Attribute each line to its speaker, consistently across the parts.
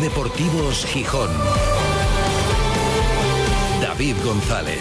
Speaker 1: Deportivos Gijón. David González.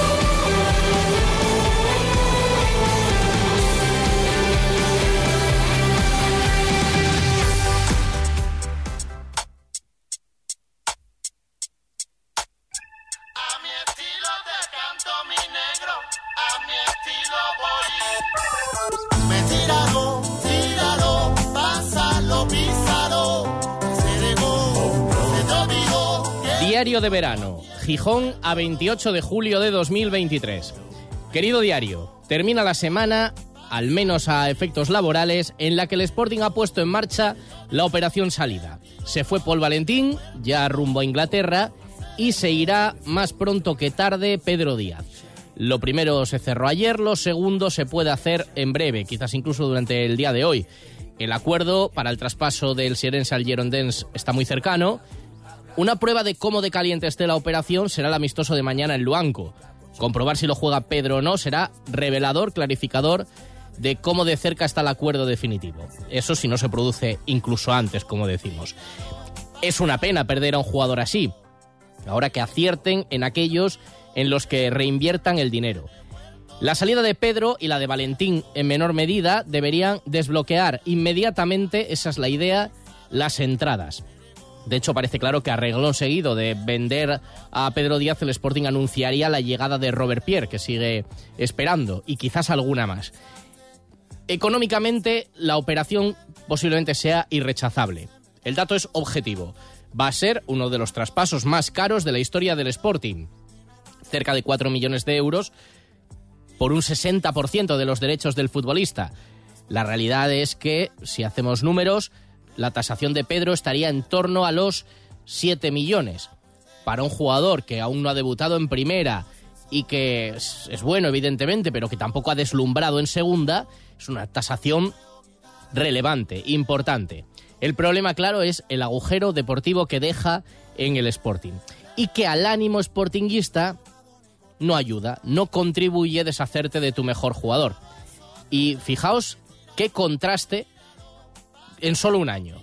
Speaker 2: Diario de verano, Gijón a 28 de julio de 2023. Querido diario, termina la semana, al menos a efectos laborales, en la que el Sporting ha puesto en marcha la operación salida. Se fue Paul Valentín, ya rumbo a Inglaterra, y se irá más pronto que tarde Pedro Díaz. Lo primero se cerró ayer, lo segundo se puede hacer en breve, quizás incluso durante el día de hoy. El acuerdo para el traspaso del Sierense al Girondins está muy cercano. Una prueba de cómo de caliente esté la operación será el amistoso de mañana en Luanco. Comprobar si lo juega Pedro o no será revelador, clarificador de cómo de cerca está el acuerdo definitivo. Eso si no se produce incluso antes, como decimos. Es una pena perder a un jugador así. Ahora que acierten en aquellos en los que reinviertan el dinero. La salida de Pedro y la de Valentín en menor medida deberían desbloquear inmediatamente, esa es la idea, las entradas. De hecho, parece claro que a renglón seguido de vender a Pedro Díaz, el Sporting anunciaría la llegada de Robert Pierre, que sigue esperando, y quizás alguna más. Económicamente, la operación posiblemente sea irrechazable. El dato es objetivo. Va a ser uno de los traspasos más caros de la historia del Sporting. Cerca de 4 millones de euros por un 60% de los derechos del futbolista. La realidad es que, si hacemos números, la tasación de Pedro estaría en torno a los 7 millones. Para un jugador que aún no ha debutado en primera y que es bueno, evidentemente, pero que tampoco ha deslumbrado en segunda, es una tasación relevante, importante. El problema, claro, es el agujero deportivo que deja en el Sporting. Y que al ánimo sportinguista no ayuda, no contribuye a deshacerte de tu mejor jugador. Y fijaos qué contraste en solo un año.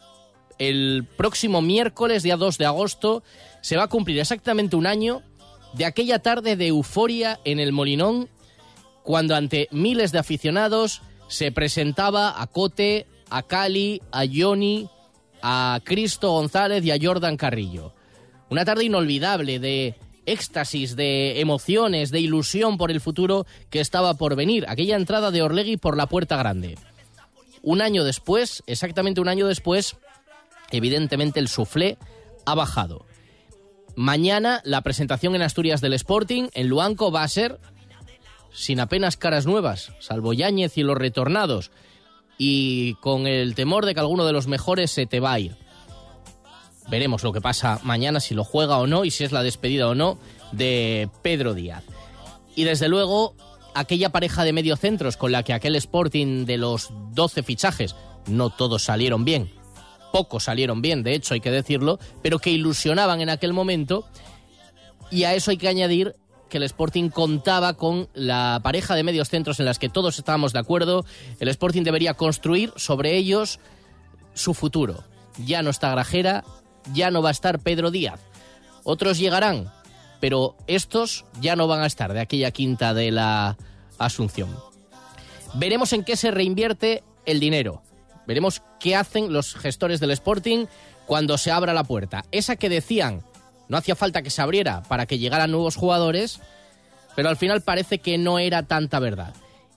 Speaker 2: El próximo miércoles, día 2 de agosto, se va a cumplir exactamente un año de aquella tarde de euforia en el Molinón, cuando ante miles de aficionados se presentaba a Cote, a Cali, a Johnny, a Cristo González y a Jordan Carrillo. Una tarde inolvidable de éxtasis, de emociones, de ilusión por el futuro que estaba por venir. Aquella entrada de Orlegui por la puerta grande. Un año después, exactamente un año después, evidentemente el suflé ha bajado. Mañana la presentación en Asturias del Sporting, en Luanco, va a ser sin apenas caras nuevas, salvo Yáñez y los retornados, y con el temor de que alguno de los mejores se te va a ir. Veremos lo que pasa mañana, si lo juega o no, y si es la despedida o no de Pedro Díaz. Y desde luego, aquella pareja de mediocentros con la que aquel Sporting de los 12 fichajes, no todos salieron bien, pocos salieron bien, de hecho hay que decirlo, pero que ilusionaban en aquel momento, y a eso hay que añadir que el Sporting contaba con la pareja de mediocentros en las que todos estábamos de acuerdo. El Sporting debería construir sobre ellos su futuro. Ya no está Grajera, ya no va a estar Pedro Díaz. Otros llegarán, pero estos ya no van a estar de aquella quinta de la Asunción. Veremos en qué se reinvierte el dinero. Veremos qué hacen los gestores del Sporting cuando se abra la puerta. Esa que decían, no hacía falta que se abriera para que llegaran nuevos jugadores, pero al final parece que no era tanta verdad.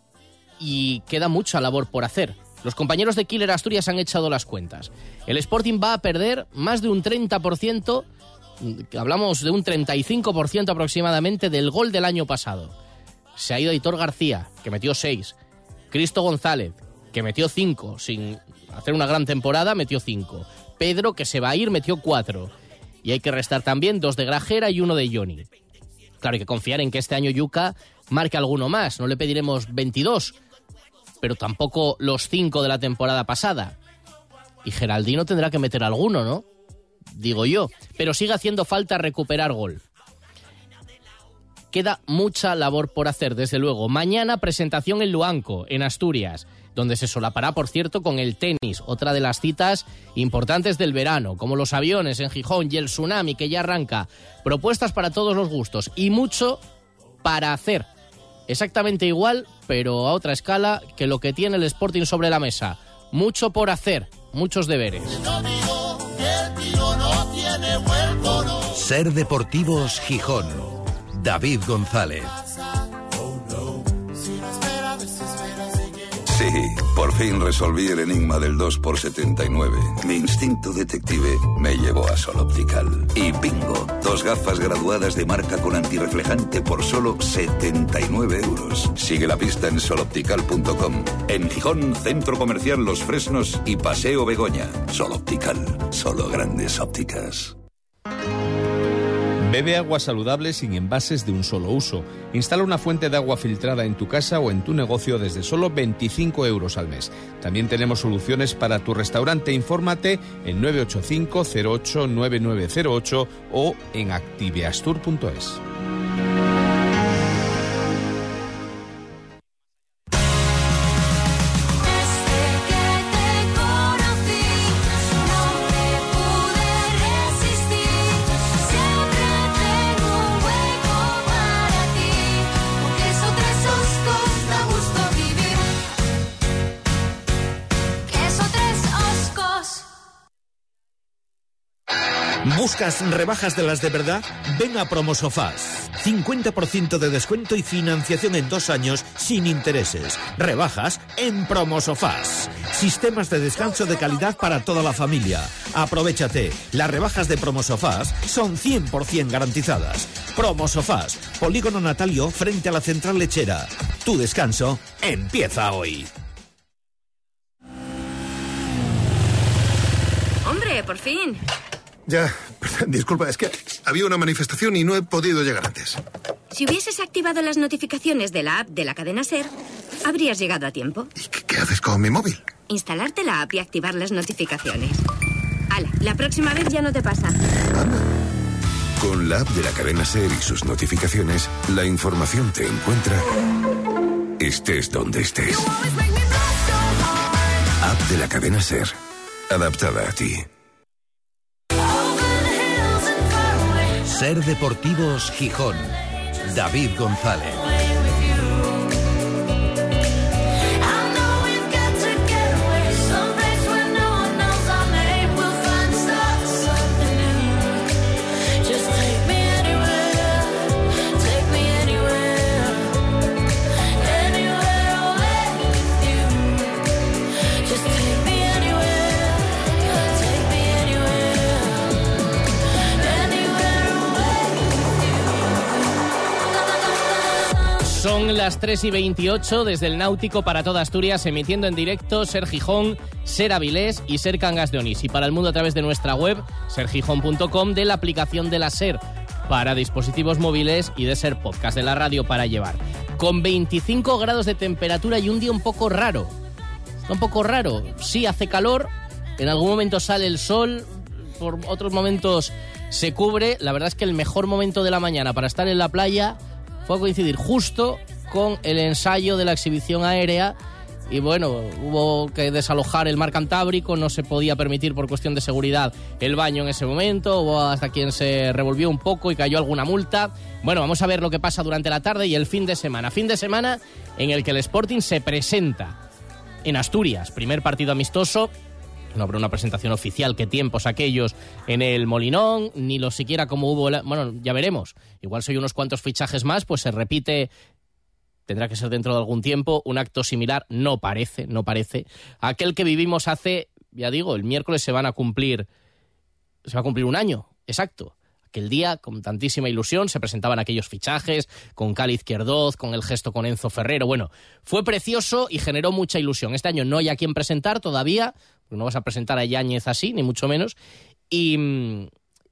Speaker 2: Y queda mucha labor por hacer. Los compañeros de Killer Asturias han echado las cuentas. El Sporting va a perder más de un 30%, hablamos de un 35% aproximadamente del gol del año pasado. Se ha ido Aitor García, que metió 6. Cristo González, que metió 5. Sin hacer una gran temporada, metió 5. Pedro, que se va a ir, metió 4. Y hay que restar también 2 de Grajera y 1 de Johnny. Claro, hay que confiar en que este año Yuca marque alguno más. No le pediremos 22, pero tampoco los 5 de la temporada pasada. Y Geraldino tendrá que meter alguno, ¿no? Digo yo. Pero sigue haciendo falta recuperar gol. Queda mucha labor por hacer, desde luego. Mañana presentación en Luanco, en Asturias. donde se solapará, por cierto, con el tenis, otra de las citas importantes del verano, como los aviones en Gijón y el tsunami que ya arranca. Propuestas para todos los gustos y mucho para hacer. Exactamente igual, pero a otra escala, que lo que tiene el Sporting sobre la mesa. Mucho por hacer, muchos deberes.
Speaker 1: Ser Deportivos Gijón. David González.
Speaker 3: Sí, por fin resolví el enigma del 2x79. Mi instinto detective me llevó a Sol Optical. Y bingo, 2 gafas graduadas de marca con antirreflejante por solo 79 euros. Sigue la pista en soloptical.com. En Gijón, Centro Comercial Los Fresnos y Paseo Begoña. Sol Optical, solo grandes ópticas.
Speaker 4: Bebe agua saludable sin envases de un solo uso. Instala una fuente de agua filtrada en tu casa o en tu negocio desde solo 25 euros al mes. También tenemos soluciones para tu restaurante. Infórmate en 985 08 9908 o en activeastur.es.
Speaker 5: ¿Buscas rebajas de las de verdad? Ven a Promosofás. 50% de descuento y financiación en 2 años sin intereses. Rebajas en Promosofás. Sistemas de descanso de calidad para toda la familia. Aprovéchate. Las rebajas de Promosofás son 100% garantizadas. Promosofás. Polígono Natalio frente a la central lechera. Tu descanso empieza hoy.
Speaker 6: Hombre, por fin.
Speaker 7: Ya, disculpa, es que había una manifestación y no he podido llegar antes.
Speaker 6: Si hubieses activado las notificaciones de la app de la cadena SER, habrías llegado a tiempo.
Speaker 7: ¿Y qué haces con mi móvil?
Speaker 6: Instalarte la app y activar las notificaciones. ¡Hala! La próxima vez ya no te pasa.
Speaker 7: Anda.
Speaker 3: Con la app de la cadena SER y sus notificaciones, la información te encuentra estés donde estés. App de la cadena SER, adaptada a ti.
Speaker 1: Ser Deportivos Gijón. David González.
Speaker 2: Son las 3:28 desde el Náutico para toda Asturias, emitiendo en directo Ser Gijón, Ser Avilés y Ser Cangas de Onís. Y para el mundo a través de nuestra web, sergijón.com, de la aplicación de la Ser para dispositivos móviles y de Ser Podcast de la radio para llevar. Con 25 grados de temperatura y un día un poco raro. Está un poco raro. Sí, hace calor, en algún momento sale el sol, por otros momentos se cubre. La verdad es que el mejor momento de la mañana para estar en la playa fue a coincidir justo con el ensayo de la exhibición aérea y bueno, hubo que desalojar el mar Cantábrico, no se podía permitir por cuestión de seguridad el baño en ese momento, hubo hasta quien se revolvió un poco y cayó alguna multa. Bueno, vamos a ver lo que pasa durante la tarde y el fin de semana en el que el Sporting se presenta en Asturias, primer partido amistoso. No habrá una presentación oficial, qué tiempos aquellos en el Molinón, ni lo siquiera como hubo... Bueno, ya veremos. Igual si hay unos cuantos fichajes más, pues se repite, tendrá que ser dentro de algún tiempo, un acto similar, no parece, aquel que vivimos hace, ya digo, el miércoles se va a cumplir un año, exacto. Aquel día, con tantísima ilusión, se presentaban aquellos fichajes, con Cali Izquierdoz, con el gesto con Enzo Ferrero. Bueno, fue precioso y generó mucha ilusión. Este año no hay a quien presentar todavía, porque no vas a presentar a Yáñez así, ni mucho menos. Y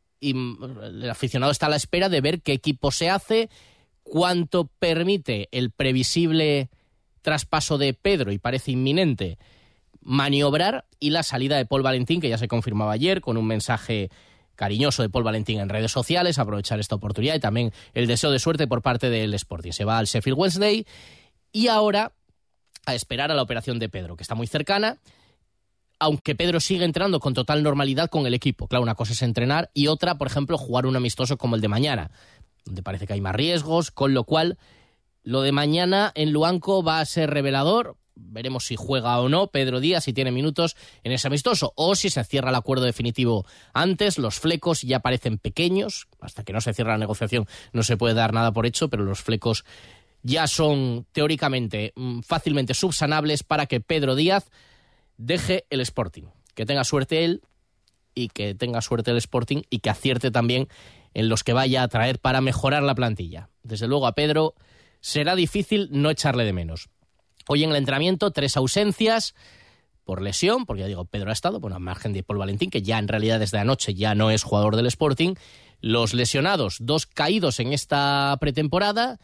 Speaker 2: el aficionado está a la espera de ver qué equipo se hace, cuánto permite el previsible traspaso de Pedro, y parece inminente, maniobrar, y la salida de Paul Valentín, que ya se confirmaba ayer, con un mensaje cariñoso de Paul Valentín en redes sociales, aprovechar esta oportunidad y también el deseo de suerte por parte del Sporting. Se va al Sheffield Wednesday y ahora a esperar a la operación de Pedro, que está muy cercana, aunque Pedro sigue entrenando con total normalidad con el equipo. Claro, una cosa es entrenar y otra, por ejemplo, jugar un amistoso como el de mañana, donde parece que hay más riesgos, con lo cual lo de mañana en Luanco va a ser revelador. Veremos si juega o no Pedro Díaz, si tiene minutos en ese amistoso, o si se cierra el acuerdo definitivo antes. Los flecos ya parecen pequeños, hasta que no se cierra la negociación no se puede dar nada por hecho, pero los flecos ya son teóricamente fácilmente subsanables para que Pedro Díaz deje el Sporting. Que tenga suerte él y que tenga suerte el Sporting y que acierte también en los que vaya a traer para mejorar la plantilla. Desde luego a Pedro será difícil no echarle de menos. Hoy en el entrenamiento 3 ausencias por lesión, porque ya digo, Pedro ha estado, bueno, a margen de Paul Valentín, que ya en realidad desde anoche ya no es jugador del Sporting. Los lesionados, 2 caídos en esta pretemporada,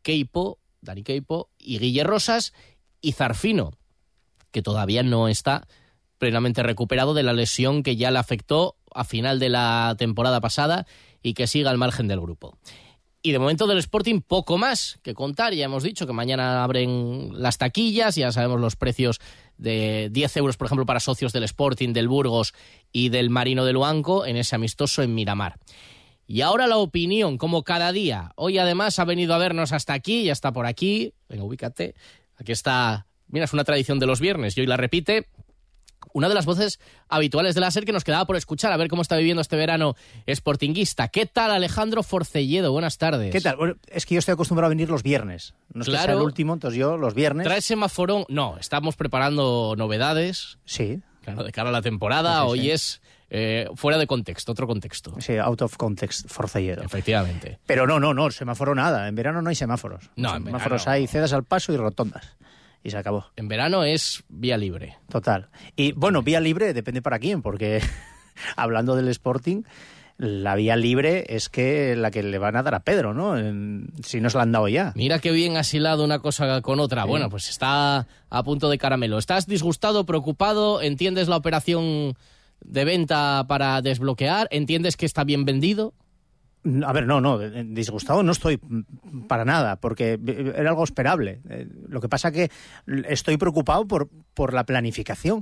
Speaker 2: Dani Queipo y Guille Rosas, y Zarfino, que todavía no está plenamente recuperado de la lesión que ya le afectó a final de la temporada pasada y que sigue al margen del grupo. Y de momento del Sporting poco más que contar. Ya hemos dicho que mañana abren las taquillas, ya sabemos los precios de 10 euros, por ejemplo, para socios del Sporting, del Burgos y del Marino de Luanco en ese amistoso en Miramar. Y ahora la opinión, como cada día. Hoy además ha venido a vernos hasta aquí, ya está por aquí. Venga, ubícate. Aquí está. Mira, es una tradición de los viernes y hoy la repite una de las voces habituales de la SER que nos quedaba por escuchar, a ver cómo está viviendo este verano sportinguista. ¿Qué tal, Alejandro Forcelledo? Buenas tardes.
Speaker 8: ¿Qué tal? Bueno, es que yo estoy acostumbrado a venir los viernes. No es que sea el último, entonces yo los viernes...
Speaker 2: ¿Traes semáforo? No, estamos preparando novedades.
Speaker 8: Sí.
Speaker 2: Claro, de cara a la temporada. Sí. Hoy es fuera de contexto, otro contexto.
Speaker 8: Sí, out of context, Forcelledo.
Speaker 2: Efectivamente.
Speaker 8: Pero no, semáforo nada. En verano no hay semáforos.
Speaker 2: No,
Speaker 8: en semáforos verano... hay cedas al paso y rotondas. Y se acabó.
Speaker 2: En verano es vía libre.
Speaker 8: Total. Y bueno, vía libre depende para quién, porque hablando del Sporting, la vía libre es que la que le van a dar a Pedro, ¿no? Si no se la han dado ya.
Speaker 2: Mira qué bien has hilado una cosa con otra. Sí. Bueno, pues está a punto de caramelo. ¿Estás disgustado, preocupado? ¿Entiendes la operación de venta para desbloquear? ¿Entiendes que está bien vendido?
Speaker 8: A ver, no, disgustado no estoy para nada, porque era algo esperable. Lo que pasa que estoy preocupado por la planificación.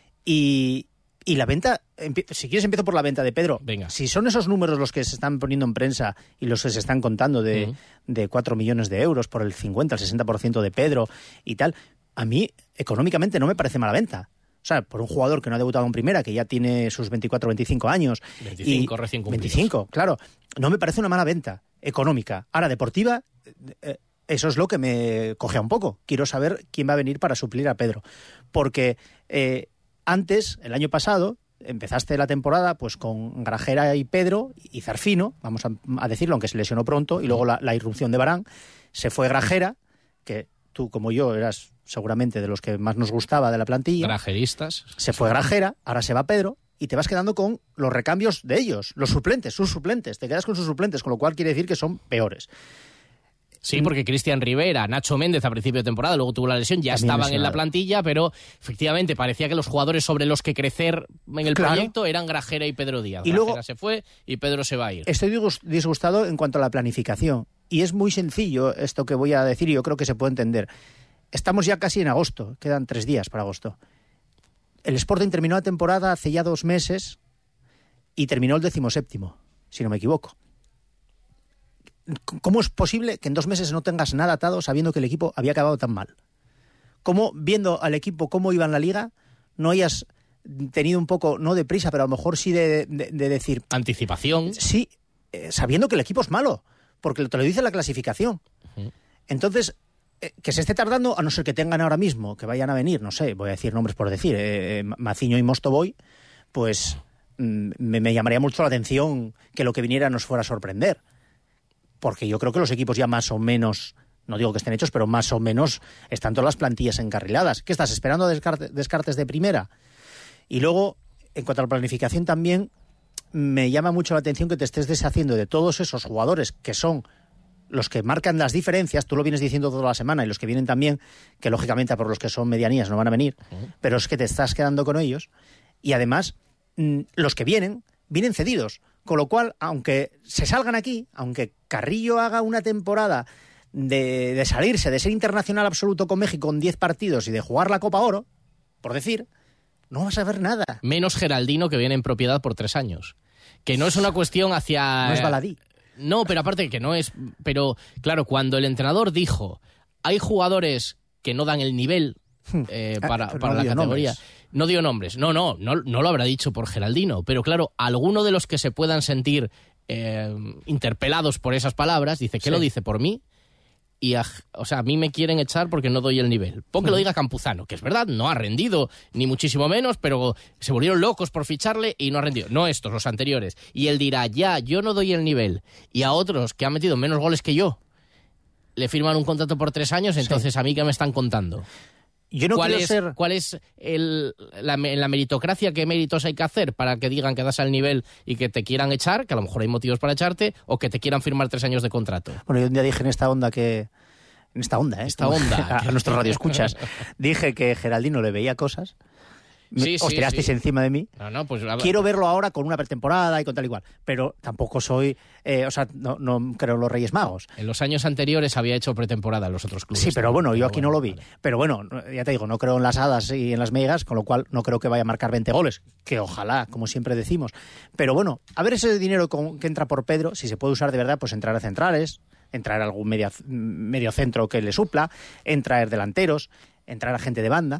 Speaker 8: Y la venta, si quieres empiezo por la venta de Pedro.
Speaker 2: Venga.
Speaker 8: Si son esos números los que se están poniendo en prensa y los que se están contando de 4 millones de euros por el 50, el 60% de Pedro y tal, a mí económicamente no me parece mala venta. O sea, por un jugador que no ha debutado en primera, que ya tiene sus 24 o 25 años.
Speaker 2: 25 recién cumplidos.
Speaker 8: 25, claro. No me parece una mala venta económica. Ahora, deportiva, eso es lo que me cogea un poco. Quiero saber quién va a venir para suplir a Pedro. Porque antes, el año pasado, empezaste la temporada pues con Grajera y Pedro y Zarfino, vamos a decirlo, aunque se lesionó pronto, y luego la irrupción de Varane. Se fue Grajera, que tú como yo eras seguramente de los que más nos gustaba de la plantilla.
Speaker 2: Grajeristas.
Speaker 8: Se fue Grajera, ahora se va Pedro y te vas quedando con los recambios de ellos, los suplentes, sus suplentes. Te quedas con sus suplentes, con lo cual quiere decir que son peores.
Speaker 2: Sí, porque Cristian Rivera, Nacho Méndez a principio de temporada, luego tuvo la lesión, ya también estaban en la plantilla, pero efectivamente parecía que los jugadores sobre los que crecer en el proyecto eran Grajera y Pedro Díaz.
Speaker 8: Y
Speaker 2: Grajera
Speaker 8: luego
Speaker 2: se fue y Pedro se va a ir.
Speaker 8: Estoy disgustado en cuanto a la planificación. Y es muy sencillo esto que voy a decir y yo creo que se puede entender. Estamos ya casi en agosto, quedan 3 días para agosto. El Sporting terminó la temporada hace ya 2 meses y terminó el 17º, si no me equivoco. ¿Cómo es posible que en 2 meses no tengas nada atado sabiendo que el equipo había acabado tan mal? ¿Cómo, viendo al equipo cómo iba en la liga, no hayas tenido un poco, no de prisa, pero a lo mejor sí de decir...
Speaker 2: Anticipación.
Speaker 8: Sí, sabiendo que el equipo es malo, porque te lo dice la clasificación. Uh-huh. Entonces... que se esté tardando, a no ser que tengan ahora mismo, que vayan a venir, no sé, voy a decir nombres por decir, Maciño y Mostovoy, pues me llamaría mucho la atención que lo que viniera nos fuera a sorprender. Porque yo creo que los equipos ya más o menos, no digo que estén hechos, pero más o menos están todas las plantillas encarriladas. ¿Qué estás esperando a descartes de primera? Y luego, en cuanto a la planificación también, me llama mucho la atención que te estés deshaciendo de todos esos jugadores que son los que marcan las diferencias, tú lo vienes diciendo toda la semana, y los que vienen también, que lógicamente por los que son medianías no van a venir, pero es que te estás quedando con ellos, y además los que vienen cedidos, con lo cual, aunque se salgan aquí, aunque Carrillo haga una temporada de salirse, de ser internacional absoluto con México en 10 partidos y de jugar la Copa Oro, por decir, no vas a ver nada.
Speaker 2: Menos Geraldino, que viene en propiedad por 3 años. Que no es una cuestión hacia...
Speaker 8: No es baladí.
Speaker 2: No, pero aparte que no es... Pero, claro, cuando el entrenador dijo, hay jugadores que no dan el nivel para la categoría...
Speaker 8: Nombres.
Speaker 2: No dio nombres. No lo habrá dicho por Geraldino. Pero, claro, alguno de los que se puedan sentir interpelados por esas palabras, dice, ¿qué lo dice por mí? Y a mí me quieren echar porque no doy el nivel. Pon que lo diga Campuzano, que es verdad, no ha rendido, ni muchísimo menos, pero se volvieron locos por ficharle y no ha rendido. No estos, los anteriores. Y él dirá, ya, yo no doy el nivel. Y a otros que han metido menos goles que yo, le firman un contrato por 3 años, entonces ¿a mí qué me están contando?
Speaker 8: Yo no quiero ser...
Speaker 2: ¿Cuál es la meritocracia? ¿Qué méritos hay que hacer para que digan que das al nivel y que te quieran echar, que a lo mejor hay motivos para echarte, o que te quieran firmar 3 años de contrato?
Speaker 8: Bueno, yo un día dije en esta onda que... En esta onda, ¿eh?
Speaker 2: Esta onda.
Speaker 8: A nuestros radioescuchas. Dije que Geraldino le veía cosas. Os tirasteis encima de mí.
Speaker 2: No, pues,
Speaker 8: quiero verlo ahora con una pretemporada y con tal igual. Pero tampoco soy... no creo en los Reyes Magos.
Speaker 2: En los años anteriores había hecho pretemporada en los otros clubes.
Speaker 8: Sí, pero bueno, yo aquí no lo vi. Vale. Pero bueno, ya te digo, no creo en las hadas y en las megas, con lo cual no creo que vaya a marcar 20 goles. Que ojalá, como siempre decimos. Pero bueno, a ver ese dinero que entra por Pedro, si se puede usar de verdad, pues entrar a centrales, entrar a algún medio centro que le supla, entrar delanteros, entrar a gente de banda...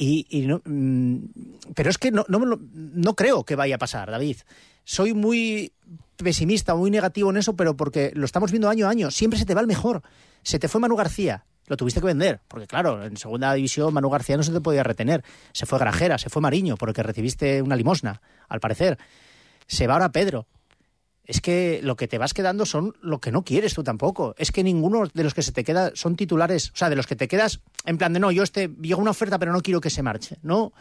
Speaker 8: pero es que no creo que vaya a pasar, David. Soy muy pesimista, muy negativo en eso, pero porque lo estamos viendo año a año. Siempre se te va el mejor. Se te fue Manu García, lo tuviste que vender, porque claro, en segunda división Manu García no se te podía retener. Se fue Grajera, se fue Mariño, porque recibiste una limosna, al parecer. Se va ahora Pedro. Es que lo que te vas quedando son lo que no quieres tú tampoco. Es que ninguno de los que se te queda son titulares. O sea, de los que te quedas en plan de no, llegó una oferta pero no quiero que se marche. No.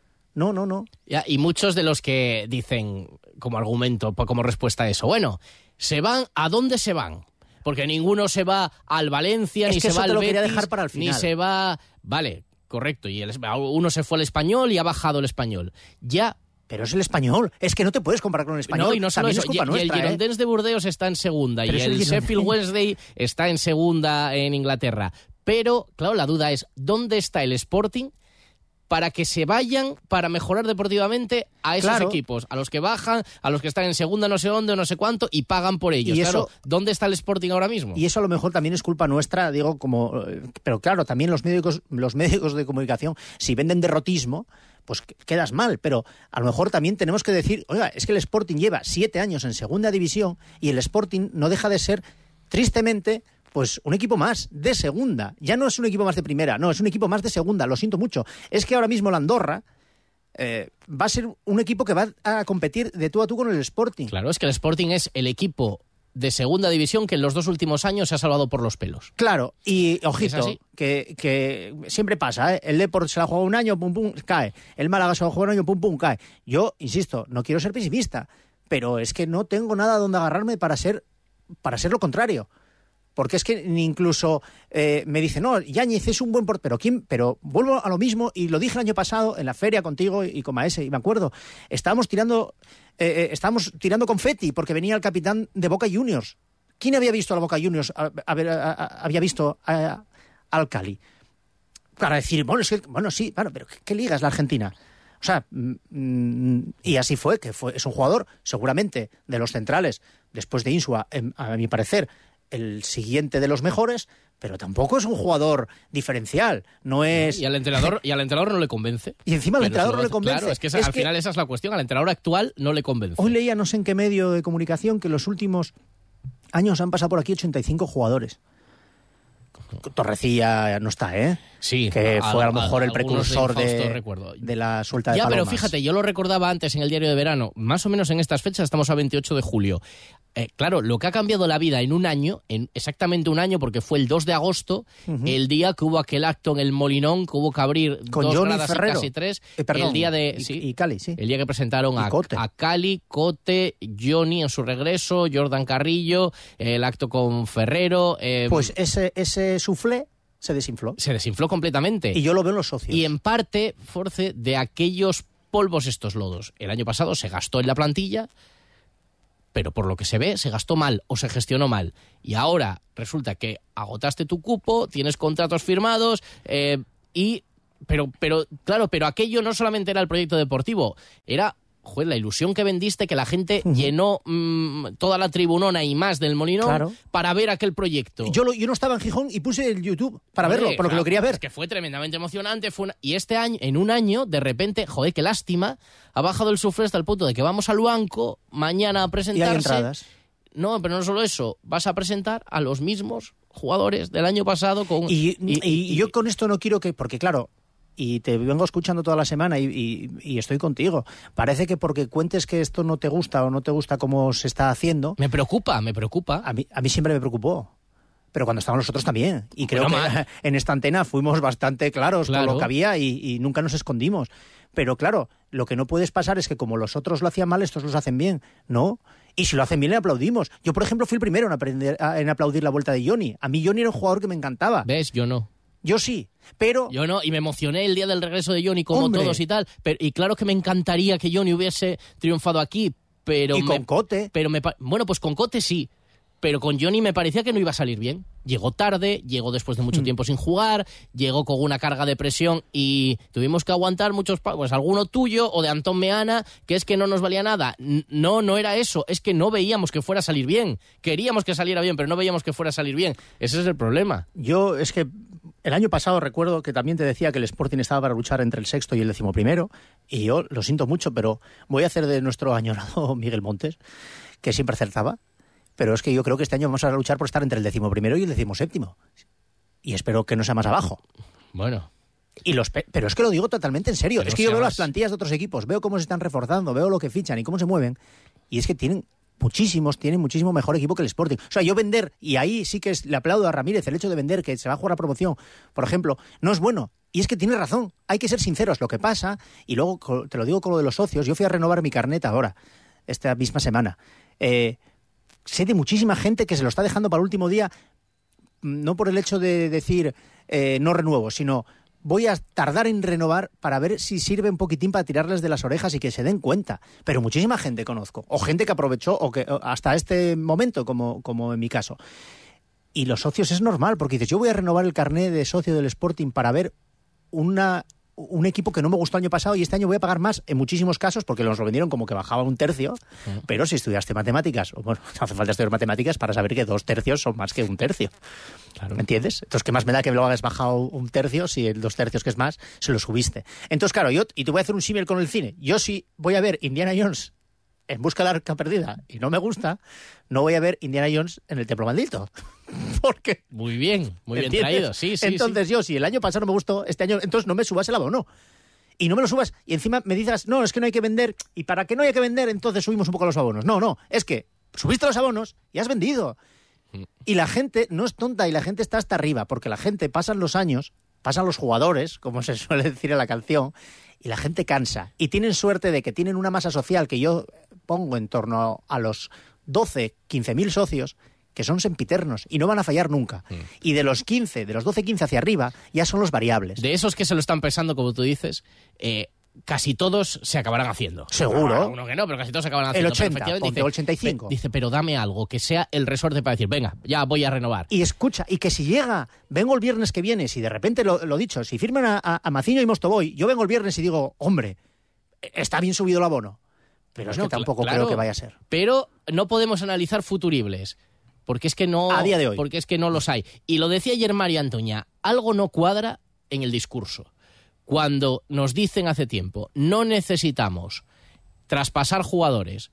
Speaker 2: Ya, y muchos de los que dicen como argumento, como respuesta a eso, bueno, ¿se van? ¿A dónde se van? Porque ninguno se va al Valencia, ni se va al Betis,
Speaker 8: dejar para el final.
Speaker 2: Ni se va... Vale, correcto. Y uno se fue al Español y ha bajado el Español. Ya...
Speaker 8: Pero es el Español, es que no te puedes comparar con el Español.
Speaker 2: No, y no solo eso,
Speaker 8: es culpa nuestra,
Speaker 2: y el Girondins de Burdeos está en segunda, pero y el Sheffield Wednesday está en segunda en Inglaterra. Pero, claro, la duda es, ¿dónde está el Sporting para que se vayan para mejorar deportivamente a esos equipos? A los que bajan, a los que están en segunda no sé dónde, no sé cuánto, y pagan por ellos.
Speaker 8: Y
Speaker 2: claro, ¿dónde está el Sporting ahora mismo?
Speaker 8: Y eso a lo mejor también es culpa nuestra, digo, pero claro, también los médicos de comunicación, si venden derrotismo, pues quedas mal, pero a lo mejor también tenemos que decir, oiga, es que el Sporting lleva 7 años en segunda división y el Sporting no deja de ser, tristemente, pues un equipo más de segunda. Ya no es un equipo más de primera, no, es un equipo más de segunda, lo siento mucho. Es que ahora mismo la Andorra va a ser un equipo que va a competir de tú a tú con el Sporting.
Speaker 2: Claro, es que el Sporting es el equipo de segunda división que en los 2 últimos años se ha salvado por los pelos.
Speaker 8: Claro, y ojito, que siempre pasa, ¿eh? El Depor se la juega un año, pum, pum, cae. El Málaga se la juega un año, pum, pum, cae. Yo, insisto, no quiero ser pesimista, pero es que no tengo nada donde agarrarme para ser lo contrario. Porque es que incluso me dicen, no, Yáñez es un buen portero. Pero vuelvo a lo mismo, y lo dije el año pasado en la feria contigo y con Maese, y me acuerdo, estábamos tirando confeti porque venía el capitán de Boca Juniors. ¿Quién había visto a la Boca Juniors? Había visto al Cali. Para decir, sí, pero ¿qué liga es la Argentina? O sea, y así fue, es un jugador, seguramente, de los centrales, después de Insua, a mi parecer, el siguiente de los mejores, pero tampoco es un jugador diferencial. No es...
Speaker 2: Y al entrenador no le convence.
Speaker 8: Y encima al entrenador no le convence.
Speaker 2: Claro, es que al final esa es la cuestión. Al entrenador actual no le convence.
Speaker 8: Hoy leía no sé en qué medio de comunicación que en los últimos años han pasado por aquí 85 jugadores. Torrecilla no está, ¿eh?
Speaker 2: Sí.
Speaker 8: Que fue a lo mejor el precursor de la suelta de palomas.
Speaker 2: Pero fíjate, yo lo recordaba antes en el Diario de Verano, más o menos en estas fechas, estamos a 28 de julio. Claro, lo que ha cambiado la vida en un año, en exactamente un año, porque fue el 2 de agosto, el día que hubo aquel acto en el Molinón, que hubo que abrir
Speaker 8: con
Speaker 2: 2
Speaker 8: Johnny
Speaker 2: gradas
Speaker 8: Ferrero.
Speaker 2: Y casi 3.
Speaker 8: Perdón,
Speaker 2: el día de
Speaker 8: y Cali, sí.
Speaker 2: El día que presentaron a Cali, Cote, Johnny en su regreso, Jordan Carrillo, el acto con Ferrero.
Speaker 8: Pues ese suflé se desinfló.
Speaker 2: Se desinfló completamente.
Speaker 8: Y yo lo veo en los socios.
Speaker 2: Y en parte, Force, de aquellos polvos estos lodos. El año pasado se gastó en la plantilla pero por lo que se ve se gastó mal o se gestionó mal. Y ahora resulta que agotaste tu cupo, tienes contratos firmados pero aquello no solamente era el proyecto deportivo, era la ilusión que vendiste, que la gente llenó toda la tribunona y más del Molinón para ver aquel proyecto.
Speaker 8: Yo no estaba en Gijón y puse el YouTube para verlo, porque lo quería ver.
Speaker 2: Es que fue tremendamente emocionante. Y este año, en un año, de repente, qué lástima, ha bajado el sufre hasta el punto de que vamos al banco mañana a presentarse.
Speaker 8: Y hay entradas.
Speaker 2: No, pero no solo eso, vas a presentar a los mismos jugadores del año pasado.
Speaker 8: Y yo con esto no quiero que... Porque claro... Y te vengo escuchando toda la semana y estoy contigo. Parece que porque cuentes que esto no te gusta o no te gusta cómo se está haciendo...
Speaker 2: Me preocupa.
Speaker 8: A mí siempre me preocupó. Pero cuando estábamos nosotros también. Y creo que en esta antena fuimos bastante claros con lo que había y nunca nos escondimos. Pero claro, lo que no puedes pasar es que como los otros lo hacían mal, estos los hacen bien. ¿No? Y si lo hacen bien, le aplaudimos. Yo, por ejemplo, fui el primero en aplaudir la vuelta de Johnny. A mí Johnny era un jugador que me encantaba.
Speaker 2: ¿Ves? Yo no.
Speaker 8: Yo sí, pero...
Speaker 2: Yo no, y me emocioné el día del regreso de Johnny como todos y tal. Y claro que me encantaría que Johnny hubiese triunfado aquí, pero...
Speaker 8: Y con Cote.
Speaker 2: Bueno, pues con Cote sí, pero con Johnny me parecía que no iba a salir bien. Llegó tarde, llegó después de mucho tiempo sin jugar, llegó con una carga de presión y tuvimos que aguantar muchos... Pues alguno tuyo o de Antón Meana, que es que no nos valía nada. No era eso, es que no veíamos que fuera a salir bien. Queríamos que saliera bien, pero no veíamos que fuera a salir bien. Ese es el problema.
Speaker 8: Es que... El año pasado recuerdo que también te decía que el Sporting estaba para luchar entre el 6º y el 11º, y yo lo siento mucho, pero voy a hacer de nuestro añorado Miguel Montes, que siempre acertaba, pero es que yo creo que este año vamos a luchar por estar entre el 11º y el 17º, y espero que no sea más abajo.
Speaker 2: Bueno.
Speaker 8: Pero es que lo digo totalmente en serio, es que yo veo las plantillas de otros equipos, veo cómo se están reforzando, veo lo que fichan y cómo se mueven, y es que tienen muchísimo mejor equipo que el Sporting. O sea, yo vender, y ahí sí que le aplaudo a Ramírez, el hecho de vender que se va a jugar a promoción, por ejemplo, no es bueno. Y es que tiene razón, hay que ser sinceros. Lo que pasa, y luego te lo digo con lo de los socios, yo fui a renovar mi carnet ahora, esta misma semana. Sé de muchísima gente que se lo está dejando para el último día, no por el hecho de decir no renuevo, sino... Voy a tardar en renovar para ver si sirve un poquitín para tirarles de las orejas y que se den cuenta. Pero muchísima gente conozco, o gente que aprovechó o que hasta este momento, como en mi caso. Y los socios es normal, porque dices, yo voy a renovar el carné de socio del Sporting para ver un equipo que no me gustó el año pasado y este año voy a pagar más en muchísimos casos porque nos lo vendieron como que bajaba 1/3, pero si estudiaste matemáticas, bueno, no hace falta estudiar matemáticas para saber que 2/3 son más que 1/3. Claro. ¿Me entiendes? Entonces, ¿qué más me da que lo hagas bajado 1/3 si el 2/3 que es más se lo subiste? Entonces, claro, y te voy a hacer un símil con el cine. Yo si voy a ver Indiana Jones en busca de la arca perdida y no me gusta, no voy a ver Indiana Jones en el templo maldito. Porque
Speaker 2: muy bien traído, sí.
Speaker 8: Entonces yo, si el año pasado no me gustó, este año, entonces no me subas el abono. Y no me lo subas, y encima me dices, no, es que no hay que vender, y para que no haya que vender, entonces subimos un poco los abonos. No, es que subiste los abonos y has vendido. Y la gente no es tonta, y la gente está hasta arriba, porque la gente, pasan los años, pasan los jugadores, como se suele decir en la canción, y la gente cansa. Y tienen suerte de que tienen una masa social que yo pongo en torno a los 12, 15.000 socios, que son sempiternos y no van a fallar nunca. Y de los 12, 15 hacia arriba, ya son los variables.
Speaker 2: De esos que se lo están pensando, como tú dices, casi todos se acabarán haciendo.
Speaker 8: Seguro.
Speaker 2: Uno que no, pero casi todos se acabarán haciendo.
Speaker 8: El 80, ponte, 85.
Speaker 2: Dice, pero dame algo, que sea el resorte para decir, venga, ya voy a renovar.
Speaker 8: Y escucha, y que si llega, vengo el viernes que viene, si de repente, lo dicho, si firman a Maciño y Mostovoy, yo vengo el viernes y digo, hombre, está bien subido el abono. Pero es que tampoco creo que vaya a ser.
Speaker 2: Pero no podemos analizar futuribles. Porque es que no,
Speaker 8: a día de hoy.
Speaker 2: Porque es que no los hay. Y lo decía ayer María Antoña, algo no cuadra en el discurso. Cuando nos dicen hace tiempo, no necesitamos traspasar jugadores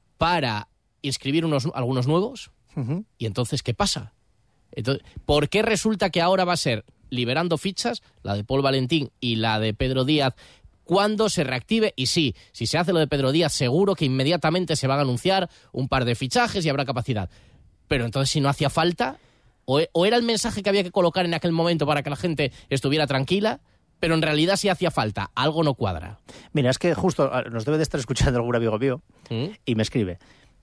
Speaker 2: para inscribir algunos nuevos, ¿y entonces qué pasa? Entonces, ¿por qué resulta que ahora va a ser liberando fichas, la de Paul Valentín y la de Pedro Díaz, cuando se reactive? Y sí, si se hace lo de Pedro Díaz, seguro que inmediatamente se van a anunciar un par de fichajes y habrá capacidad. Pero entonces, si no hacía falta, o era el mensaje que había que colocar en aquel momento para que la gente estuviera tranquila, pero en realidad sí hacía falta, algo no cuadra.
Speaker 8: Mira, es que justo nos debe de estar escuchando algún amigo mío y me escribe,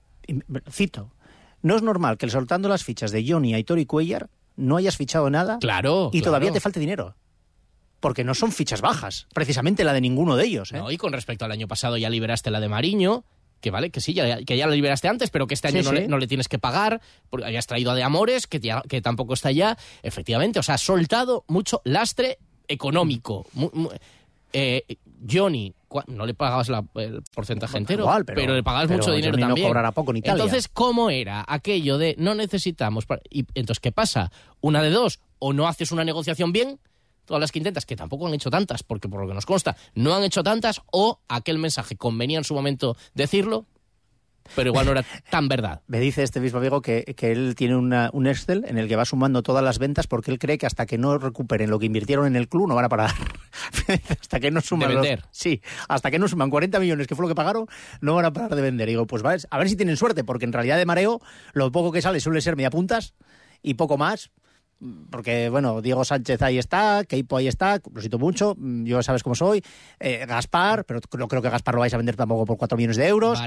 Speaker 8: cito, no es normal que soltando las fichas de Johnny, Aitor y Cuellar no hayas fichado nada y todavía te falte dinero. Porque no son fichas bajas, precisamente la de ninguno de ellos.
Speaker 2: No, y con respecto al año pasado ya liberaste la de Mariño, que vale, que sí, que ya lo liberaste antes, pero que este año no le tienes que pagar, porque hayas traído a De Amores, que tampoco está ya. Efectivamente, o sea, has soltado mucho lastre económico. Johnny, no le pagabas el porcentaje entero,
Speaker 8: igual,
Speaker 2: pero le pagabas mucho dinero
Speaker 8: Johnny
Speaker 2: también.
Speaker 8: No cobrará poco en Italia.
Speaker 2: Entonces, ¿cómo era aquello de no necesitamos? Y entonces, ¿qué pasa? Una de dos, o no haces una negociación bien, todas las que intentas, que tampoco han hecho tantas, porque por lo que nos consta, no han hecho tantas, o aquel mensaje convenía en su momento decirlo, pero igual no era tan verdad.
Speaker 8: Me dice este mismo amigo que él tiene un Excel en el que va sumando todas las ventas porque él cree que hasta que no recuperen lo que invirtieron en el club no van a parar. Hasta que no suman
Speaker 2: de vender.
Speaker 8: Hasta que no suman 40 millones, que fue lo que pagaron, no van a parar de vender. Y digo, pues a ver si tienen suerte, porque en realidad de mareo lo poco que sale suele ser media puntas y poco más. Porque, bueno, Diego Sánchez ahí está, Keipo ahí está, lo siento mucho, yo sabes cómo soy, Gaspar, pero no creo que Gaspar lo vais a vender tampoco por 4 millones de euros.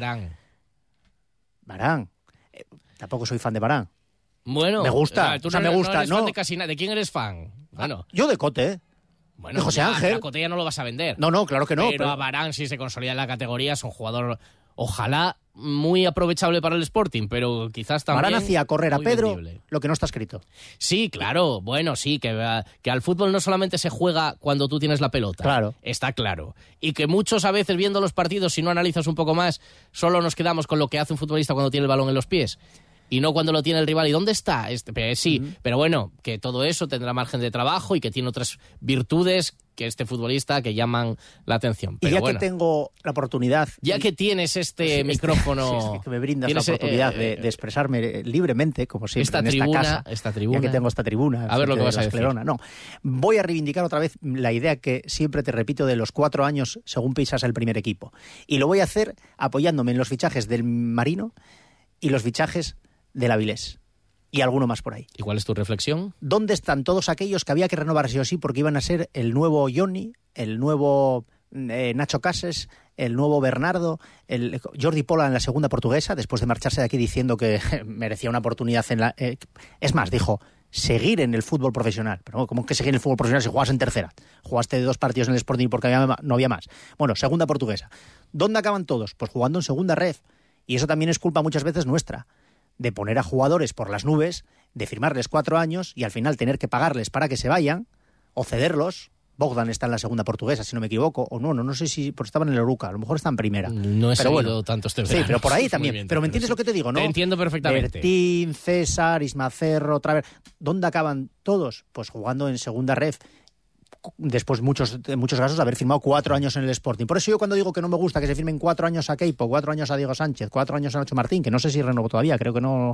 Speaker 8: Varane. Tampoco soy fan de Varane.
Speaker 2: Me
Speaker 8: gusta.
Speaker 2: Tú me gusta. No eres fan de casi nada. ¿De quién eres fan? Bueno.
Speaker 8: Yo de Cote.
Speaker 2: Bueno,
Speaker 8: de José Ángel.
Speaker 2: A Cote ya no lo vas a vender.
Speaker 8: No, claro que no.
Speaker 2: Pero a Varane, si se consolida en la categoría, es un jugador, ojalá, muy aprovechable para el Sporting, pero quizás también...
Speaker 8: Varane hacía correr a Pedro
Speaker 2: vendible.
Speaker 8: Lo que no está escrito.
Speaker 2: Sí, claro. Bueno, sí, que al fútbol no solamente se juega cuando tú tienes la pelota.
Speaker 8: Claro.
Speaker 2: Está claro. Y que muchos a veces viendo los partidos, si no analizas un poco más, solo nos quedamos con lo que hace un futbolista cuando tiene el balón en los pies. Y no cuando lo tiene el rival. ¿Y dónde está? Sí, pero bueno, que todo eso tendrá margen de trabajo y que tiene otras virtudes que este futbolista que llaman la atención. Pero
Speaker 8: y ya
Speaker 2: bueno,
Speaker 8: que tengo la oportunidad...
Speaker 2: Ya que tienes este micrófono...
Speaker 8: que me brindas la oportunidad de expresarme libremente, como siempre,
Speaker 2: esta tribuna,
Speaker 8: ya que tengo esta tribuna...
Speaker 2: A ver lo que vas a decir.
Speaker 8: No, voy a reivindicar otra vez la idea que siempre te repito de los 4 años según pisas el primer equipo. Y lo voy a hacer apoyándome en los fichajes del Marino y los fichajes del Avilés. Y alguno más por ahí.
Speaker 2: ¿Y cuál es tu reflexión?
Speaker 8: ¿Dónde están todos aquellos que había que renovar sí o sí porque iban a ser el nuevo Johnny, el nuevo Nacho Cases, el nuevo Bernardo, el Jordi Pola en la segunda portuguesa, después de marcharse de aquí diciendo que merecía una oportunidad en la... es más, dijo, seguir en el fútbol profesional. Pero ¿cómo que seguir en el fútbol profesional si juegas en tercera? Jugaste 2 partidos en el Sporting porque no había más. Bueno, segunda portuguesa. ¿Dónde acaban todos? Pues jugando en segunda red. Y eso también es culpa muchas veces nuestra, de poner a jugadores por las nubes, de firmarles 4 años y al final tener que pagarles para que se vayan o cederlos. Bogdan está en la segunda portuguesa, si no me equivoco, o no sé si porque estaba en el Oruca, a lo mejor está en primera.
Speaker 2: No he seguido tanto este verano.
Speaker 8: Sí, pero por ahí también. Pero me entiendes lo que te digo, ¿no?
Speaker 2: Te entiendo perfectamente.
Speaker 8: Bertín, César, Ismacerro, Traver. ¿Dónde acaban todos? Pues jugando en segunda red. Después en muchos casos haber firmado 4 años en el Sporting. Por eso yo cuando digo que no me gusta que se firmen 4 años a Keipo, 4 años a Diego Sánchez, 4 años a Nacho Martín, que no sé si renovó todavía, creo que no,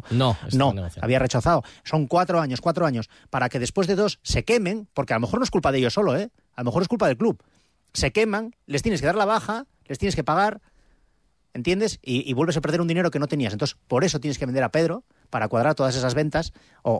Speaker 8: había rechazado. Son 4 años, para que después de 2 se quemen, porque a lo mejor no es culpa de ellos solo, a lo mejor es culpa del club. Se queman, les tienes que dar la baja, les tienes que pagar, ¿entiendes? Y vuelves a perder un dinero que no tenías. Entonces, por eso tienes que vender a Pedro, para cuadrar todas esas ventas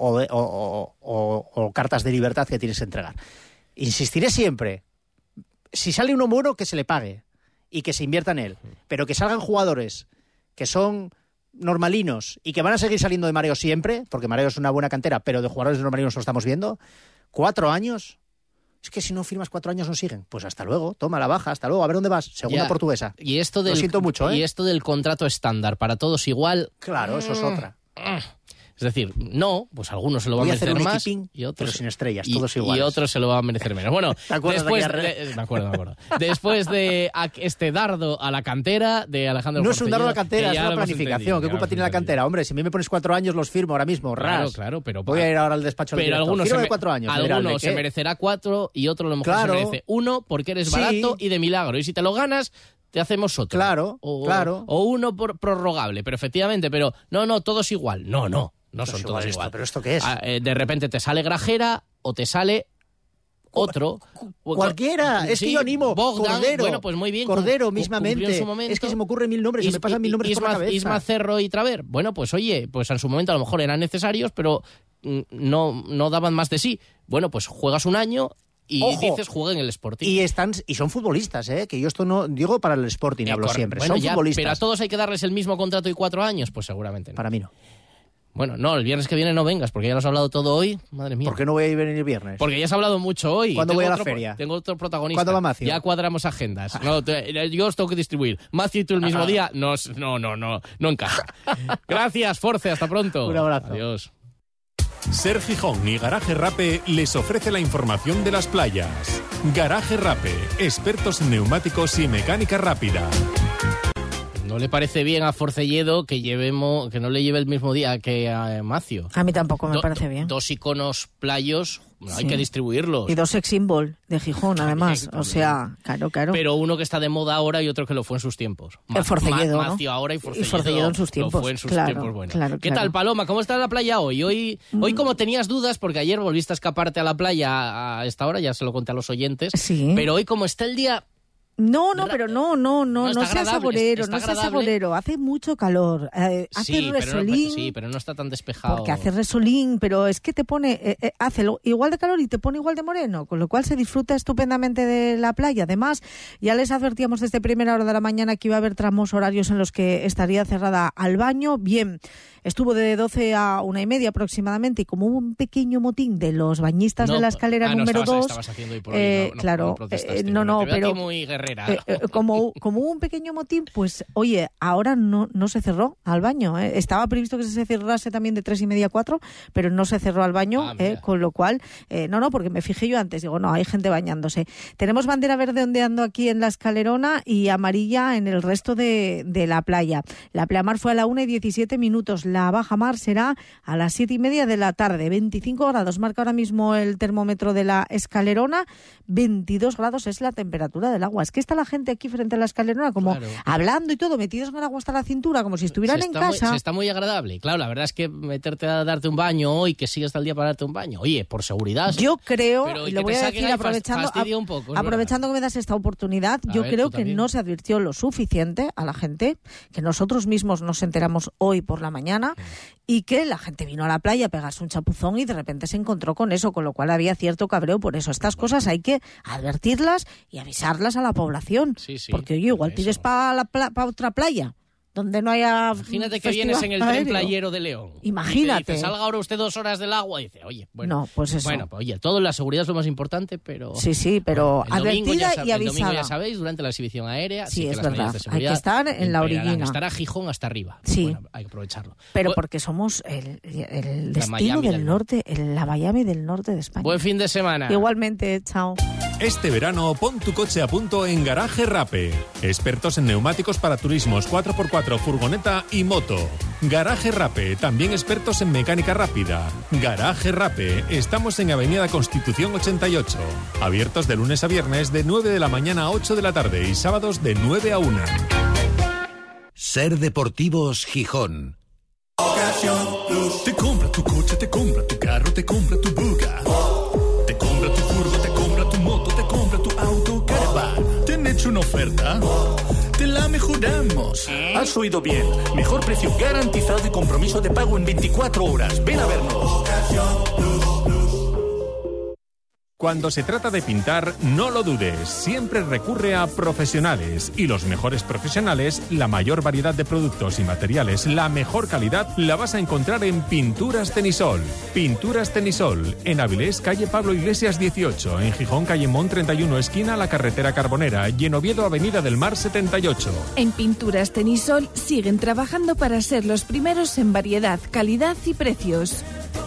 Speaker 8: o cartas de libertad que tienes que entregar. Insistiré siempre, si sale uno bueno, que se le pague y que se invierta en él, pero que salgan jugadores que son normalinos y que van a seguir saliendo de Mareo siempre, porque Mareo es una buena cantera, pero de jugadores normalinos lo estamos viendo. 4 años, es que si no firmas 4 años no siguen. Pues hasta luego, toma la baja, hasta luego, a ver dónde vas, segunda portuguesa.
Speaker 2: Y esto
Speaker 8: lo siento mucho,
Speaker 2: Y esto del contrato estándar, para todos igual...
Speaker 8: Claro, eso es otra.
Speaker 2: Es decir, no, pues algunos se lo van a merecer más
Speaker 8: y otros sin estrellas, todos iguales.
Speaker 2: Y otros se lo van a merecer menos. Bueno, me acuerdo. Después de este dardo a la cantera de Alejandro
Speaker 8: No es un dardo a la cantera, es una
Speaker 2: ¿Qué
Speaker 8: planificación. ¿Qué culpa tiene la cantera? Hombre, si a mí me pones 4 años, los firmo ahora mismo.
Speaker 2: Claro, pero...
Speaker 8: Voy a ir ahora al despacho del director.
Speaker 2: Algunos
Speaker 8: de 4 años.
Speaker 2: Algunos se merecerá 4 y otro a lo mejor se merece 1 porque eres barato y de milagro. Y si te lo ganas... te hacemos otro.
Speaker 8: Claro.
Speaker 2: O uno prorrogable, pero efectivamente, pero no, todos igual. No son todos igual.
Speaker 8: ¿Pero esto qué es?
Speaker 2: De repente te sale Grajera o te sale otro.
Speaker 8: Cualquiera. Es que yo animo.
Speaker 2: Bogdan,
Speaker 8: Cordero.
Speaker 2: Bueno, pues muy bien.
Speaker 8: Cordero, mismamente. Es que se me ocurren 1000 nombres. Se me pasan 1000 nombres por la cabeza.
Speaker 2: Isma Cerro y Traver. Bueno, pues oye, pues en su momento a lo mejor eran necesarios, pero no daban más de sí. Bueno, pues juegas un año... Y dices juega en el Sporting.
Speaker 8: Y son futbolistas, que yo esto no digo para el Sporting, hablo siempre. Son futbolistas.
Speaker 2: Pero a todos hay que darles el mismo contrato y 4 años, pues seguramente no.
Speaker 8: Para mí no.
Speaker 2: Bueno, no, el viernes que viene no vengas, porque ya lo has hablado todo hoy. Madre mía.
Speaker 8: ¿Por qué no voy a venir el viernes?
Speaker 2: Porque ya has hablado mucho hoy.
Speaker 8: ¿Cuándo voy a la feria?
Speaker 2: Tengo otro protagonista.
Speaker 8: ¿Cuándo va Macio?
Speaker 2: Ya cuadramos agendas. No, yo os tengo que distribuir. Macio y tú el mismo día, no encaja. Gracias, Force, hasta pronto.
Speaker 8: Un abrazo.
Speaker 2: Adiós.
Speaker 9: Ser Gijón y Garaje Rape les ofrece la información de las playas. Garaje Rape, expertos en neumáticos y mecánica rápida.
Speaker 2: ¿No le parece bien a Forcelledo que no le lleve el mismo día que a Macio?
Speaker 10: A mí tampoco me parece bien.
Speaker 2: Dos iconos playos,
Speaker 10: Sí.
Speaker 2: hay que distribuirlos.
Speaker 10: Y dos sex symbol de Gijón, además. O sea, claro.
Speaker 2: Pero uno que está de moda ahora y otro que lo fue en sus tiempos.
Speaker 10: El Forcelledo, ¿no?
Speaker 2: Macio ahora y
Speaker 10: Forcelledo en sus tiempos.
Speaker 2: Lo fue en sus tiempos, bueno.
Speaker 10: Claro.
Speaker 2: ¿Qué tal, Paloma? ¿Cómo está la playa hoy? Hoy como tenías dudas, porque ayer volviste a escaparte a la playa a esta hora, ya se lo conté a los oyentes.
Speaker 10: Sí.
Speaker 2: Pero hoy como está el día...
Speaker 10: No seas saborero,
Speaker 2: está
Speaker 10: no seas
Speaker 2: agradable.
Speaker 10: saborero. Hace mucho calor, hace resolín.
Speaker 2: Pero no está tan despejado.
Speaker 10: Porque hace resolín, pero es que te pone, hace igual de calor y te pone igual de moreno, con lo cual se disfruta estupendamente de la playa. Además, ya les advertíamos desde primera hora de la mañana que iba a haber tramos horarios en los que estaría cerrada al baño. Bien, estuvo de 12 a 1:30 aproximadamente, y como hubo un pequeño motín de los bañistas de la escalera número 2,
Speaker 2: estabas haciendo ahí por ahí,
Speaker 10: claro,
Speaker 2: pero muy guerrera.
Speaker 10: Como hubo un pequeño motín, pues oye, ahora no se cerró al baño. Estaba previsto que se cerrase también de 3:30 a 4, pero no se cerró al baño, con lo cual, porque me fijé yo antes, digo, no, hay gente bañándose. Tenemos bandera verde ondeando aquí en la escalerona y amarilla en el resto de la playa. La pleamar fue a la 1:17, la bajamar será a las 7:30 de la tarde. 25 grados marca ahora mismo el termómetro de la escalerona, 22 grados es la temperatura del agua. Es que está la gente aquí frente a la escalerona como hablando y todo, metidos con el agua hasta la cintura, como si estuvieran en casa.
Speaker 2: Se está muy agradable. Claro, la verdad es que meterte a darte un baño hoy, que sigas hasta el día para darte un baño, oye, por seguridad.
Speaker 10: Yo creo, y lo voy a decir aprovechando que me das esta oportunidad, yo creo que no se advirtió lo suficiente a la gente, que nosotros mismos nos enteramos hoy por la mañana, y que la gente vino a la playa a pegarse un chapuzón y de repente se encontró con eso, con lo cual había cierto cabreo. Por eso estas cosas hay que advertirlas y avisarlas a la población, porque oye, igual tires para otra playa donde no haya...
Speaker 2: Imagínate que vienes en el tren playero de León.
Speaker 10: Imagínate.
Speaker 2: Y te salga ahora usted 2 horas del agua y dice, oye, bueno.
Speaker 10: No, pues eso.
Speaker 2: Bueno, pues oye, todo la seguridad es lo más importante, pero...
Speaker 10: Sí, pero advertida y avisada.
Speaker 2: El domingo ya sabéis, durante la exhibición aérea...
Speaker 10: Sí, es
Speaker 2: que
Speaker 10: verdad. Hay que estar en la orillina.
Speaker 2: Estará Gijón hasta arriba.
Speaker 10: Sí.
Speaker 2: Bueno, hay que aprovecharlo.
Speaker 10: Pero porque somos el destino del norte, la Miami del norte de España.
Speaker 2: Buen fin de semana.
Speaker 10: Igualmente, chao.
Speaker 9: Este verano pon tu coche a punto en Garaje Rape. Expertos en neumáticos para turismos 4x4, furgoneta y moto. Garaje Rape, también expertos en mecánica rápida. Garaje Rape, estamos en Avenida Constitución 88. Abiertos de lunes a viernes de 9 de la mañana a 8 de la tarde y sábados de 9 a 1.
Speaker 1: Ser Deportivos Gijón.
Speaker 11: Te compra tu coche, te compra tu carro, te compra tu Buga. Te compra tu furgo, te compra tu moto, te compra tu auto, caravan. ¿Te han hecho una oferta? Te la mejoramos. Has oído bien. Mejor precio garantizado y compromiso de pago en 24 horas. Ven a vernos.
Speaker 9: Cuando se trata de pintar, no lo dudes, siempre recurre a profesionales. Y los mejores profesionales, la mayor variedad de productos y materiales, la mejor calidad, la vas a encontrar en Pinturas Tenisol. Pinturas Tenisol, en Avilés, calle Pablo Iglesias 18, en Gijón, calle Mont 31, esquina la carretera Carbonera, y en Oviedo, avenida del Mar 78.
Speaker 12: En Pinturas Tenisol siguen trabajando para ser los primeros en variedad, calidad y precios.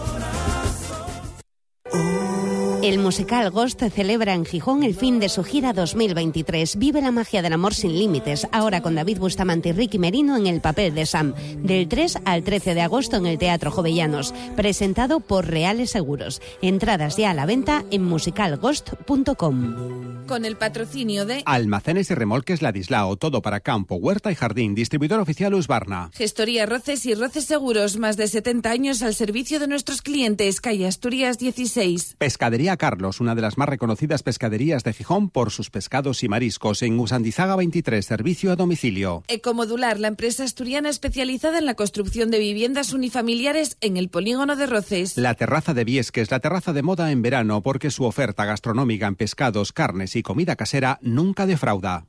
Speaker 13: El musical Ghost celebra en Gijón el fin de su gira 2023. Vive la magia del amor sin límites, ahora con David Bustamante y Ricky Merino en el papel de Sam, del 3 al 13 de agosto en el Teatro Jovellanos, presentado por Reales Seguros. Entradas ya a la venta en musicalghost.com.
Speaker 12: Con el patrocinio de
Speaker 14: Almacenes y Remolques Ladislao, todo para campo, huerta y jardín, distribuidor oficial Husqvarna.
Speaker 12: Gestoría Roces y Roces Seguros, más de 70 años al servicio de nuestros clientes, calle Asturias 16.
Speaker 14: Pescadería Carlos, una de las más reconocidas pescaderías de Gijón por sus pescados y mariscos, en Usandizaga 23, servicio a domicilio.
Speaker 12: Ecomodular, la empresa asturiana especializada en la construcción de viviendas unifamiliares en el polígono de Roces.
Speaker 14: La Terraza de Viesques, la terraza de moda en verano, porque su oferta gastronómica en pescados, carnes y comida casera nunca defrauda.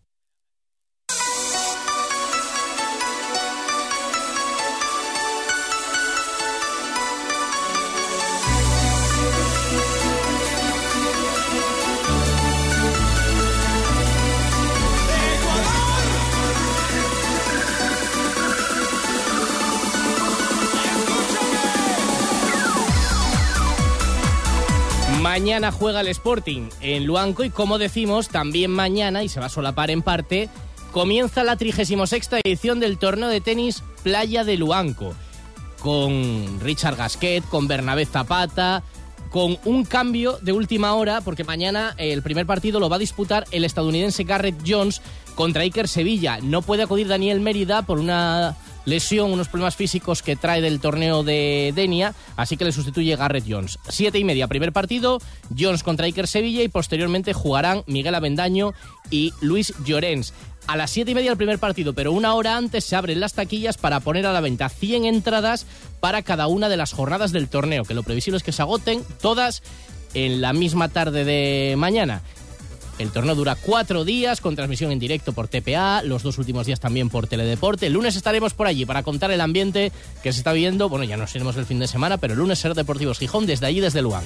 Speaker 2: Mañana juega el Sporting en Luanco y, como decimos, también mañana, y se va a solapar en parte, comienza la 36ª edición del torneo de tenis Playa de Luanco, con Richard Gasquet, con Bernabé Zapata, con un cambio de última hora, porque mañana el primer partido lo va a disputar el estadounidense Garrett Jones contra Iker Sevilla. No puede acudir Daniel Mérida por una lesión, unos problemas físicos que trae del torneo de Denia, así que le sustituye Garrett Jones. 7:30, primer partido, Jones contra Iker Sevilla, y posteriormente jugarán Miguel Avendaño y Luis Llorens. A las 7:30 el primer partido, pero una hora antes se abren las taquillas para poner a la venta 100 entradas para cada una de las jornadas del torneo, que lo previsible es que se agoten todas en la misma tarde de mañana. El torneo dura 4 días, con transmisión en directo por TPA, los 2 últimos días también por Teledeporte. El lunes estaremos por allí para contar el ambiente que se está viviendo. Bueno, ya nos iremos el fin de semana, pero el lunes Ser Deportivos Gijón desde allí, desde Luanco.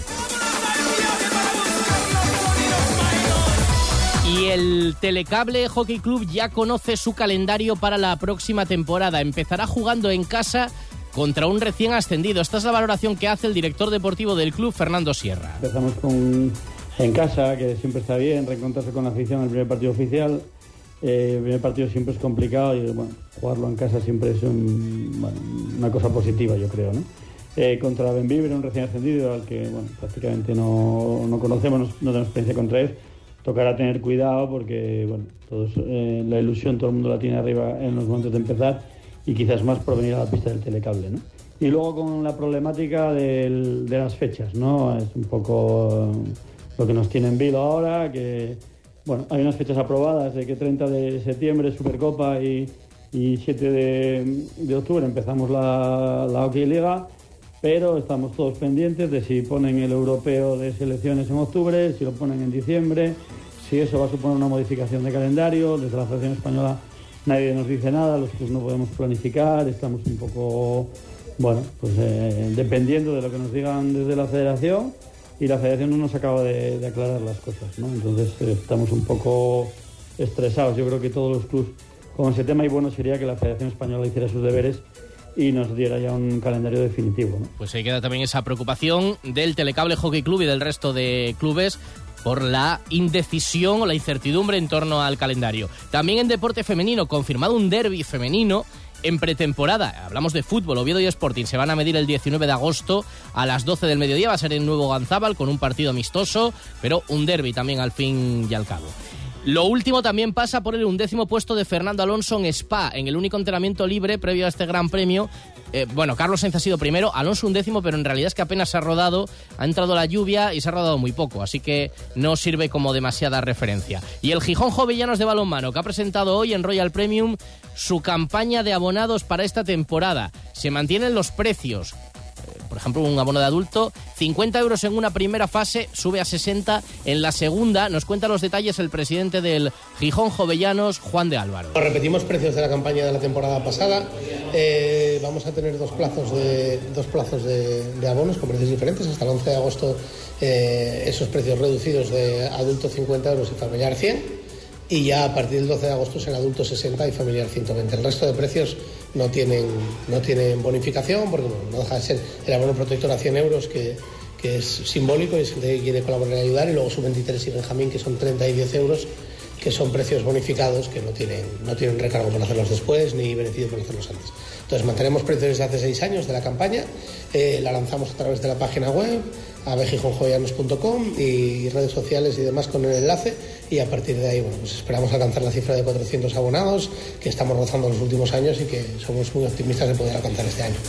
Speaker 2: Y el Telecable Hockey Club ya conoce su calendario para la próxima temporada. Empezará jugando en casa contra un recién ascendido. Esta es la valoración que hace el director deportivo del club, Fernando Sierra.
Speaker 15: Empezamos en casa, que siempre está bien, reencontrarse con la afición en el primer partido oficial. El primer partido siempre es complicado y bueno, jugarlo en casa siempre es una cosa positiva, yo creo, ¿no? Contra Benvibre, un recién ascendido al que prácticamente no conocemos, no tenemos experiencia contra él. Tocará tener cuidado porque todos, la ilusión todo el mundo la tiene arriba en los momentos de empezar, y quizás más por venir a la pista del Telecable, ¿no? Y luego con la problemática de las fechas, ¿no? Es un poco lo que nos tiene en vilo ahora, que hay unas fechas aprobadas de que 30 de septiembre Supercopa y 7 de octubre empezamos la Hockey Liga, pero estamos todos pendientes de si ponen el europeo de selecciones en octubre, si lo ponen en diciembre, si eso va a suponer una modificación de calendario. Desde la Federación Española nadie nos dice nada, los clubes no podemos planificar, estamos un poco, dependiendo de lo que nos digan desde la Federación, y la Federación no nos acaba de aclarar las cosas, ¿no? Entonces estamos un poco estresados. Yo creo que todos los clubes con ese tema, y bueno sería que la Federación Española hiciera sus deberes y nos diera ya un calendario definitivo, ¿no?
Speaker 2: Pues ahí queda también esa preocupación del Telecable Hockey Club y del resto de clubes por la indecisión o la incertidumbre en torno al calendario. También en deporte femenino, confirmado un derbi femenino en pretemporada. Hablamos de fútbol, Oviedo y Sporting se van a medir el 19 de agosto a las 12 del mediodía. Va a ser en Nuevo Ganzábal con un partido amistoso, pero un derbi también al fin y al cabo. Lo último también pasa por el 11º puesto de Fernando Alonso en Spa, en el único entrenamiento libre previo a este Gran Premio. Carlos Sainz ha sido primero, Alonso 11º, pero en realidad es que apenas se ha rodado, ha entrado la lluvia y se ha rodado muy poco, así que no sirve como demasiada referencia. Y el Gijón Jovellanos de balonmano, que ha presentado hoy en Royal Premium su campaña de abonados para esta temporada. Se mantienen los precios. Por ejemplo, un abono de adulto, 50 euros en una primera fase, sube a 60 en la segunda. Nos cuenta los detalles el presidente del Gijón Jovellanos, Juan de Álvaro.
Speaker 16: Repetimos precios de la campaña de la temporada pasada. Vamos a tener dos plazos de abonos con precios diferentes. Hasta el 11 de agosto esos precios reducidos de adulto 50 euros y familiar 100. Y ya a partir del 12 de agosto será adulto 60 y familiar 120. El resto de precios no tienen bonificación, porque no deja de ser el abono protector a 100 euros, que es simbólico y gente que quiere colaborar y ayudar, y luego su 23 y Benjamín, que son 30 y 10 euros, que son precios bonificados, que no tienen recargo por hacerlos después ni beneficio por hacerlos antes. Entonces mantenemos precios desde hace 6 años de la campaña, la lanzamos a través de la página web, avegijonjovellanos.com, y redes sociales y demás con el enlace, y a partir de ahí esperamos alcanzar la cifra de 400 abonados que estamos rozando en los últimos años y que somos muy optimistas de poder alcanzar este año.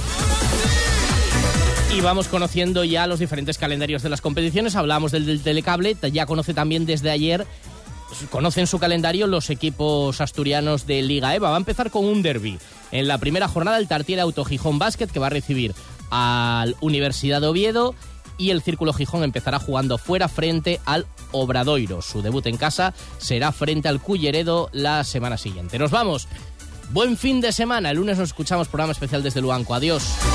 Speaker 2: Y vamos conociendo ya los diferentes calendarios de las competiciones. Hablamos del Telecable, ya conoce también desde ayer, conocen su calendario los equipos asturianos de Liga EVA. Va a empezar con un derbi. En la primera jornada el Tartiere Auto Gijón Basket, que va a recibir al Universidad de Oviedo, y el Círculo Gijón empezará jugando fuera frente al Obradoiro. Su debut en casa será frente al Culleredo la semana siguiente. Nos vamos. Buen fin de semana. El lunes nos escuchamos, programa especial desde Luanco. Adiós.